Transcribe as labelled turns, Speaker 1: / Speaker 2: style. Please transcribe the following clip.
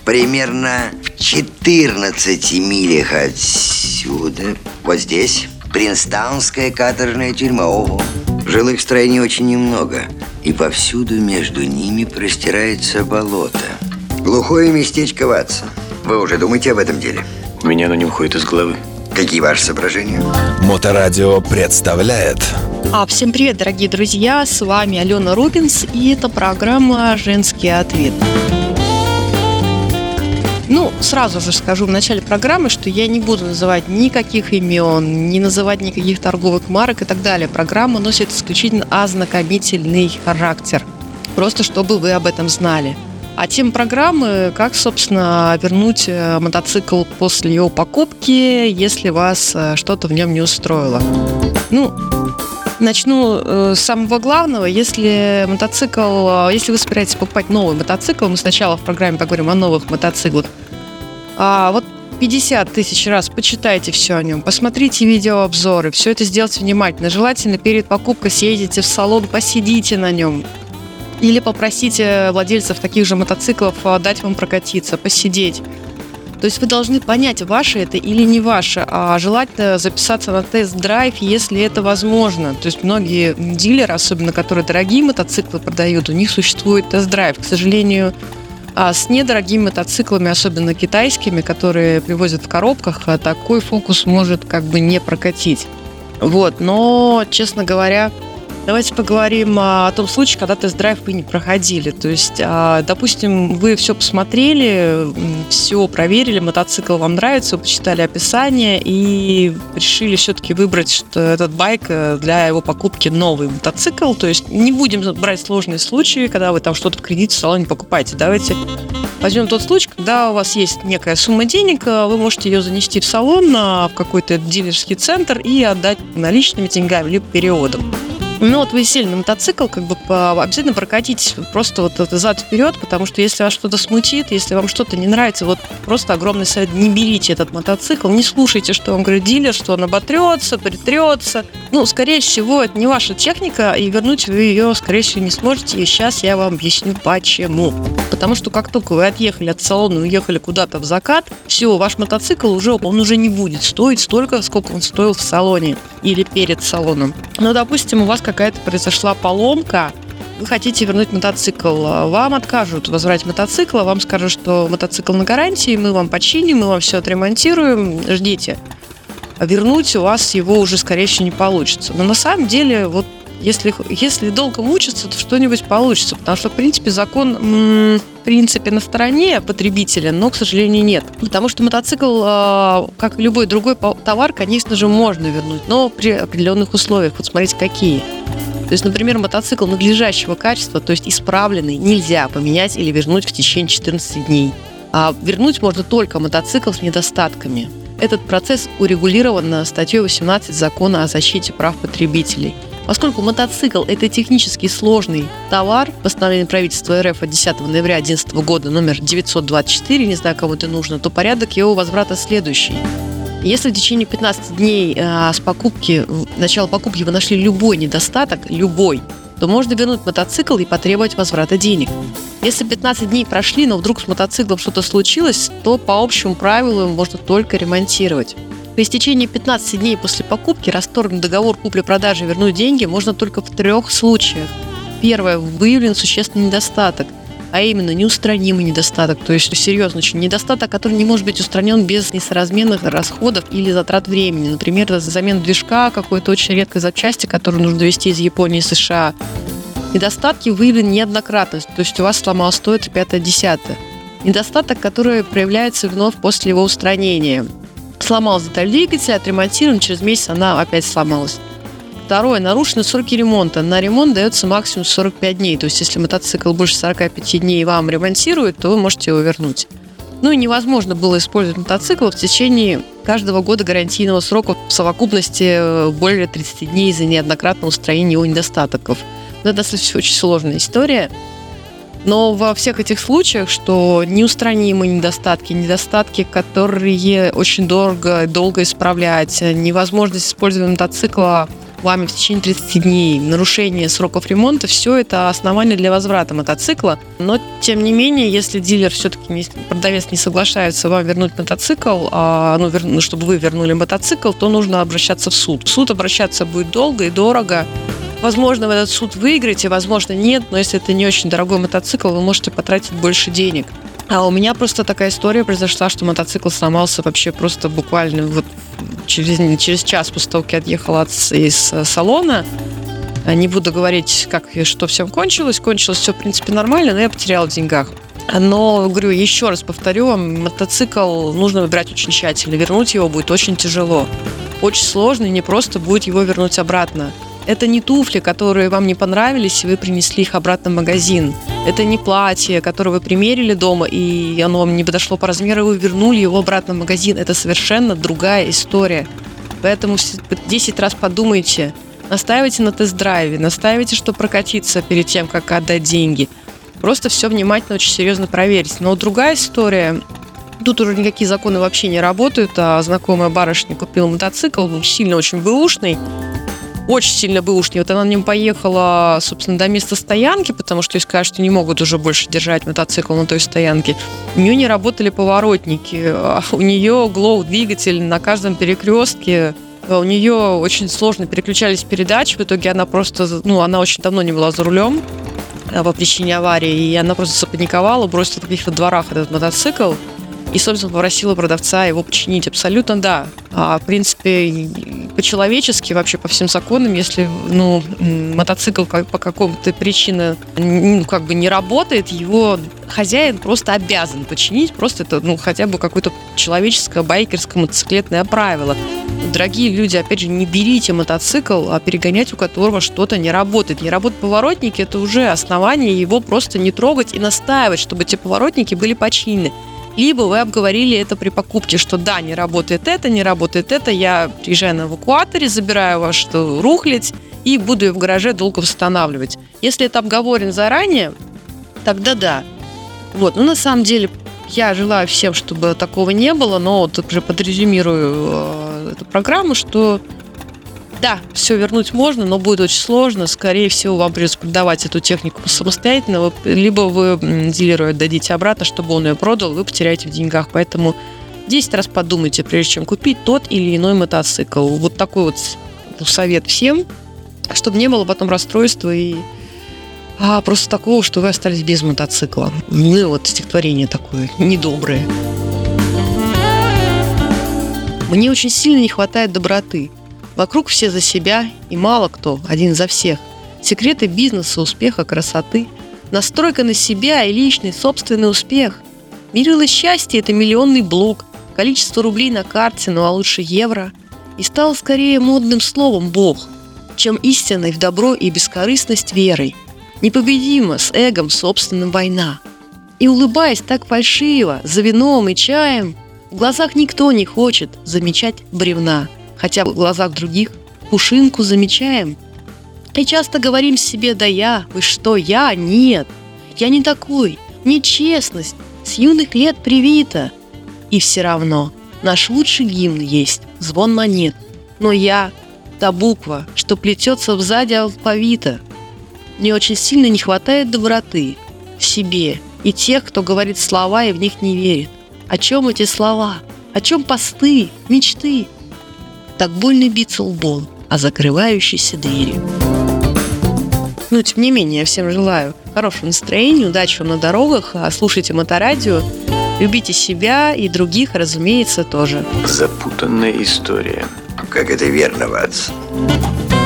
Speaker 1: Примерно в 14 милях отсюда, вот здесь, Принстаунская каторжная тюрьма. Ого. Жилых строений очень немного, и повсюду между ними простирается болото. Глухое местечко Ватсон. Вы уже думаете об этом деле?
Speaker 2: У меня оно не уходит из головы.
Speaker 1: Какие ваши соображения?
Speaker 3: Моторадио представляет.
Speaker 4: Всем привет, дорогие друзья! С вами Алена Рубинс, и это программа «Женский ответ». Сразу же скажу в начале программы, что я не буду называть никаких имен, не называть никаких торговых марок и так далее. Программа носит исключительно ознакомительный характер. Просто чтобы вы об этом знали. А тема программы, как, собственно, вернуть мотоцикл после его покупки, если вас что-то в нем не устроило. Начну с самого главного. Если вы собираетесь покупать новый мотоцикл, мы сначала в программе поговорим о новых мотоциклах. 50 тысяч раз почитайте все о нем, посмотрите видеообзоры, все это сделайте внимательно. Желательно перед покупкой съездите в салон, посидите на нем. Или попросите владельцев таких же мотоциклов дать вам прокатиться, посидеть. То есть вы должны понять, ваше это или не ваше, а желательно записаться на тест-драйв, если это возможно. То есть многие дилеры, особенно которые дорогие мотоциклы продают, у них существует тест-драйв. К сожалению, с недорогими мотоциклами, особенно китайскими, которые привозят в коробках, такой фокус может не прокатить. Но, честно говоря, давайте поговорим о том случае, когда тест-драйв вы не проходили. То есть, допустим, вы все посмотрели, все проверили, мотоцикл вам нравится, вы почитали описание и решили все-таки выбрать, что этот байк для его покупки новый мотоцикл. То есть не будем брать сложные случаи, когда вы там что-то в кредит в салоне покупаете. Давайте возьмем тот случай, когда у вас есть некая сумма денег, вы можете ее занести в салон, в какой-то дилерский центр и отдать наличными деньгами, либо переводом. Вы сели на мотоцикл, обязательно прокатитесь просто зад-вперед, потому что если вас что-то смутит, если вам что-то не нравится, просто огромный совет: не берите этот мотоцикл, не слушайте, что вам говорит дилер, что он оботрется, притрется. Скорее всего, это не ваша техника, и вернуть вы ее, скорее всего, не сможете, и сейчас я вам объясню, почему. Потому что как только вы отъехали от салона, уехали куда-то в закат, все, ваш мотоцикл уже не будет стоить столько, сколько он стоил в салоне или перед салоном. Допустим, у вас какая-то произошла поломка, вы хотите вернуть мотоцикл, вам откажут в возврате мотоцикла, вам скажут, что мотоцикл на гарантии, мы вам починим, мы вам все отремонтируем, ждите. Вернуть у вас его уже, скорее всего, не получится. Но на самом деле, если долго мучиться, то что-нибудь получится, потому что, в принципе, закон на стороне потребителя, но, к сожалению, нет. Потому что мотоцикл, как и любой другой товар, конечно же, можно вернуть, но при определенных условиях. Смотрите, какие. То есть, например, мотоцикл надлежащего качества, то есть исправленный, нельзя поменять или вернуть в течение 14 дней. А вернуть можно только мотоцикл с недостатками. Этот процесс урегулирован статьей 18 Закона о защите прав потребителей. Поскольку мотоцикл – это технически сложный товар, постановление правительства РФ от 10 ноября 2011 года номер 924, не знаю, кому это нужно, то порядок его возврата следующий. Если в течение 15 дней с начала покупки вы нашли любой недостаток, то можно вернуть мотоцикл и потребовать возврата денег. Если 15 дней прошли, но вдруг с мотоциклом что-то случилось, то по общему правилу можно только ремонтировать. По истечении 15 дней после покупки расторгнуть договор купли-продажи и вернуть деньги можно только в 3 случаях. Первое – выявлен существенный недостаток, а именно неустранимый недостаток, то есть серьезный недостаток, который не может быть устранен без несоразмерных расходов или затрат времени. Например, замена движка какой-то очень редкой запчасти, которую нужно довезти из Японии и США. Недостатки выявлены неоднократно, то есть у вас сломалось то, это 5-10. Недостаток, который проявляется вновь после его устранения. Сломалась деталь двигателя, отремонтирован, через месяц она опять сломалась. Второе. Нарушены сроки ремонта. На ремонт дается максимум 45 дней. То есть, если мотоцикл больше 45 дней вам ремонтируют, то вы можете его вернуть. И невозможно было использовать мотоцикл в течение каждого года гарантийного срока в совокупности более 30 дней из-за неоднократного устранения его недостатков. Это достаточно очень сложная история. Но во всех этих случаях, что неустранимые недостатки, которые очень долго исправлять, невозможность использования мотоцикла вами в течение 30 дней, нарушение сроков ремонта, все это основание для возврата мотоцикла. Но, тем не менее, если дилер все-таки, продавец не соглашается вам вернуть мотоцикл, чтобы вы вернули мотоцикл, то нужно обращаться в суд. В суд обращаться будет долго и дорого. Возможно, в этот суд выиграете, возможно, нет, но если это не очень дорогой мотоцикл, вы можете потратить больше денег. А у меня просто такая история произошла, что мотоцикл сломался вообще просто буквально вот через час после того, как я отъехала из салона. Не буду говорить, как и что всем кончилось. Кончилось все, в принципе, нормально, но я потеряла в деньгах. Но, говорю, еще раз повторю вам, мотоцикл нужно выбирать очень тщательно. Вернуть его будет очень тяжело. Очень сложно, и не просто будет его вернуть обратно. Это не туфли, которые вам не понравились, и вы принесли их обратно в магазин. Это не платье, которое вы примерили дома, и оно вам не подошло по размеру, и вы вернули его обратно в магазин. Это совершенно другая история. Поэтому 10 раз подумайте, настаивайте на тест-драйве, настаивайте, что прокатиться перед тем, как отдать деньги. Просто все внимательно, очень серьезно проверьте. Но другая история, тут уже никакие законы вообще не работают, а знакомая барышня купила мотоцикл, был сильно очень бэушный, очень сильно бэушный. Вот она на нем поехала, собственно, до места стоянки, потому что ей сказали, что не могут уже больше держать мотоцикл на той стоянке. У нее не работали поворотники, у нее глоу-двигатель на каждом перекрестке, у нее очень сложно переключались передачи, в итоге она она очень давно не была за рулем по причине аварии, и она просто запаниковала, бросила в каких-то дворах этот мотоцикл и, собственно, попросила продавца его починить. Абсолютно да. В принципе, по-человечески, вообще по всем законам, если мотоцикл по какому-то причине не работает, его хозяин просто обязан починить. Просто это хотя бы какое-то человеческое байкерское мотоциклетное правило. Дорогие люди, опять же, не берите мотоцикл, а перегонять у которого что-то не работает. Не работают поворотники, это уже основание его просто не трогать и настаивать, чтобы эти поворотники были починены. Либо вы обговорили это при покупке, что да, не работает это, я приезжаю на эвакуаторе, забираю ваш рухлядь и буду ее в гараже долго восстанавливать. Если это обговорено заранее, тогда да. На самом деле, я желаю всем, чтобы такого не было, но также подрезюмирую эту программу, что да, все вернуть можно, но будет очень сложно. Скорее всего, вам придется продавать эту технику самостоятельно, либо вы дилеру отдадите обратно, чтобы он ее продал, вы потеряете в деньгах. Поэтому 10 раз подумайте, прежде чем купить тот или иной мотоцикл. Вот такой вот совет всем, чтобы не было потом расстройства и просто такого, что вы остались без мотоцикла. Стихотворение такое недоброе. Мне очень сильно не хватает доброты. Вокруг все за себя, и мало кто один за всех. Секреты бизнеса, успеха, красоты. Настройка на себя и личный собственный успех. Мерило счастье – это миллионный блок. Количество рублей на карте, а лучше евро. И стало скорее модным словом «Бог», чем истиной в добро и бескорыстность верой. Непобедима с эгом собственным война. И улыбаясь так фальшиво, за вином и чаем, в глазах никто не хочет замечать бревна. Хотя в глазах других пушинку замечаем. И часто говорим себе: да вы что, я? Нет, я не такой, нечестность с юных лет привита. И все равно наш лучший гимн есть звон монет. Но я та буква, что плетется сзади алфавита. Мне очень сильно не хватает доброты в себе и тех, кто говорит слова и в них не верит. О чем эти слова? О чем посты, мечты? Так больно биться лбом о закрывающейся двери. Тем не менее, я всем желаю хорошего настроения, удачи вам на дорогах, слушайте Моторадио, любите себя и других, разумеется, тоже.
Speaker 2: Запутанная история.
Speaker 1: Как это верно, Ватсон.